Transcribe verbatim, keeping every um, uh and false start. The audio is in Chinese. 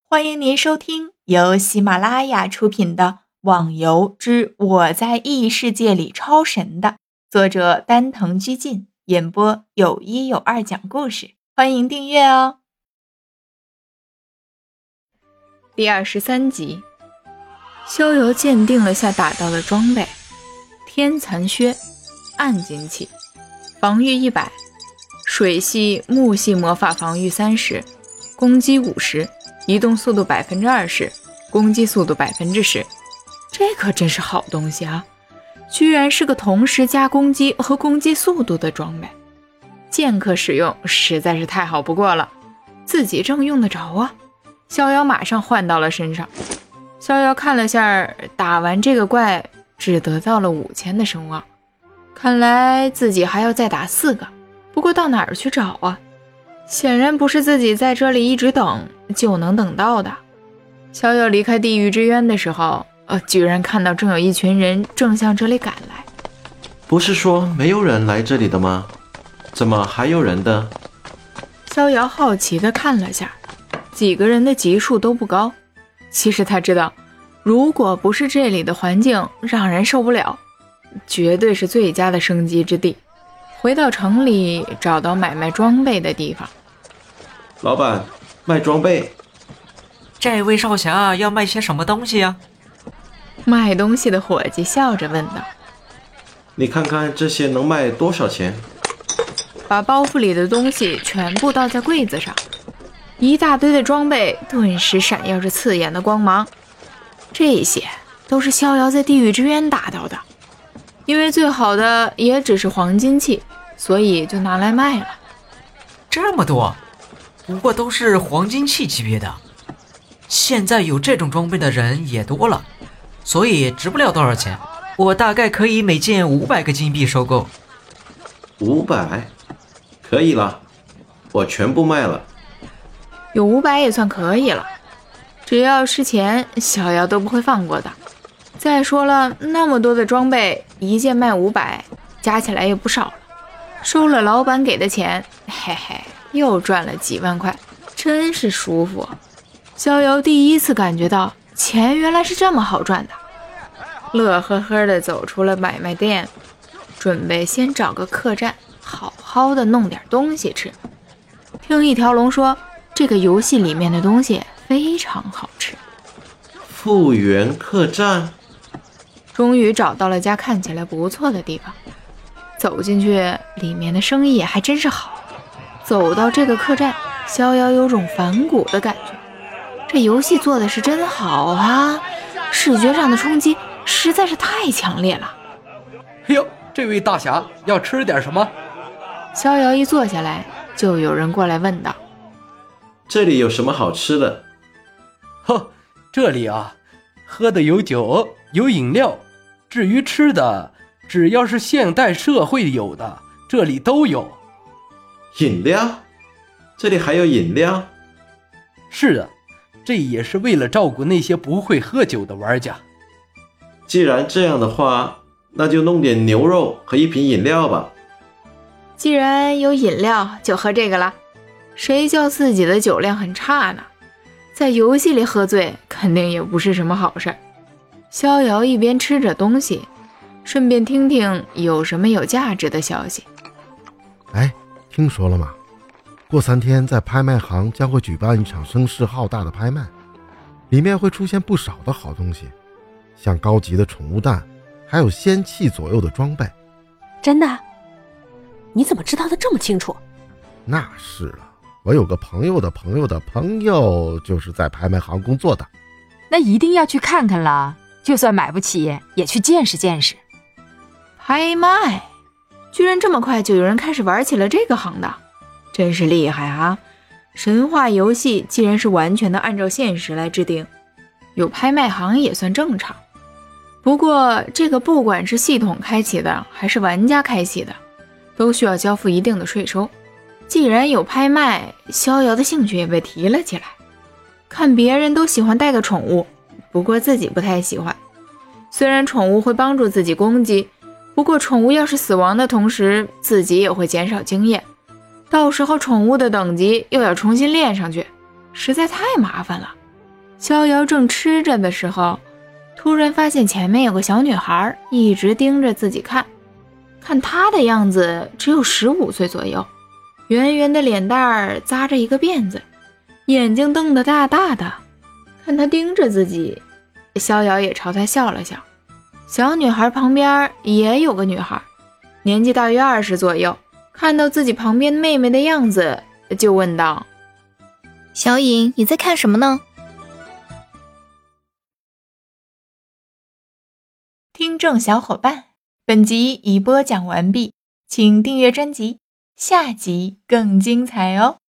欢迎您收听由喜马拉雅出品的《网游之我在异世界里超神》的作者丹藤居进演播，有一有二讲故事，欢迎订阅哦。第二十三集，逍遥鉴定了下打到的装备：天残靴、暗金器，防御一百，水系、木系魔法防御三十，攻击五十，移动速度百分之二十，攻击速度百分之十。这可真是好东西啊！居然是个同时加攻击和攻击速度的装备，剑客使用实在是太好不过了，自己正用得着啊！逍遥马上换到了身上。逍遥看了下，打完这个怪只得到了五千的声望，看来自己还要再打四个，不过到哪儿去找啊？显然不是自己在这里一直等就能等到的。逍遥离开地狱之渊的时候，呃，居然看到正有一群人正向这里赶来。 不是说没有人来这里的吗？怎么还有人的？ 逍遥好奇地看了下，几个人的级数都不高。其实他知道，如果不是这里的环境让人受不了，绝对是最佳的升级之地。回到城里，找到买卖装备的地方。 老板，卖装备。 这位少侠要卖些什么东西呀？ 卖东西的伙计笑着问道： 你看看这些能卖多少钱？ 把包袱里的东西全部倒在柜子上，一大堆的装备顿时闪耀着刺眼的光芒。这些都是逍遥在地狱之渊打到的，因为最好的也只是黄金器，所以就拿来卖了。 这么多，不过都是黄金器级别的，现在有这种装备的人也多了，所以值不了多少钱。我大概可以每件五百个金币收购。 五百，可以了，我全部卖了。 有五百也算可以了，只要是钱，逍遥都不会放过的。再说了，那么多的装备，一件卖五百，加起来也不少了。收了老板给的钱，嘿嘿，又赚了几万块，真是舒服。逍遥第一次感觉到钱原来是这么好赚的，乐呵呵地走出了买卖店，准备先找个客栈，好好的弄点东西吃。听一条龙说，这个游戏里面的东西非常好吃。 复原客栈。 终于找到了家看起来不错的地方，走进去，里面的生意还真是好。走到这个客栈，逍遥有种反骨的感觉，这游戏做的是真好啊，视觉上的冲击实在是太强烈了。 哎呦，这位大侠要吃点什么？ 逍遥一坐下来，就有人过来问道： 这里有什么好吃的？ 呵，这里啊，喝的有酒有饮料，至于吃的，只要是现代社会有的，这里都有。 饮料？这里还有饮料？ 是的，这也是为了照顾那些不会喝酒的玩家。 既然这样的话，那就弄点牛肉和一瓶饮料吧。 既然有饮料，就喝这个了。谁叫自己的酒量很差呢？在游戏里喝醉，肯定也不是什么好事。逍遥一边吃着东西，顺便听听有什么有价值的消息。 哎，听说了吗？过三天在拍卖行将会举办一场声势浩大的拍卖，里面会出现不少的好东西，像高级的宠物蛋，还有仙器左右的装备。 真的？你怎么知道的这么清楚？ 那是了，我有个朋友的朋友的朋友就是在拍卖行工作的。 那一定要去看看了，就算买不起也去见识见识。 拍卖居然这么快就有人开始玩起了这个行当，真是厉害啊！神话游戏既然是完全的按照现实来制定，有拍卖行也算正常。不过这个不管是系统开启的还是玩家开启的，都需要交付一定的税收。既然有拍卖，逍遥的兴趣也被提了起来。看别人都喜欢带个宠物，不过自己不太喜欢。虽然宠物会帮助自己攻击，不过宠物要是死亡的同时，自己也会减少经验，到时候宠物的等级又要重新练上去，实在太麻烦了。 逍遥正吃着的时候，突然发现前面有个小女孩一直盯着自己看，看她的样子只有十五岁左右，圆圆的脸蛋儿扎着一个辫子，眼睛瞪得大大的，看她盯着自己，逍遥也朝她笑了笑。小女孩旁边也有个女孩，年纪大约二十左右，看到自己旁边妹妹的样子，就问道： 小影，你在看什么呢？ 听众小伙伴，本集已播讲完毕，请订阅专辑，下集更精彩哦。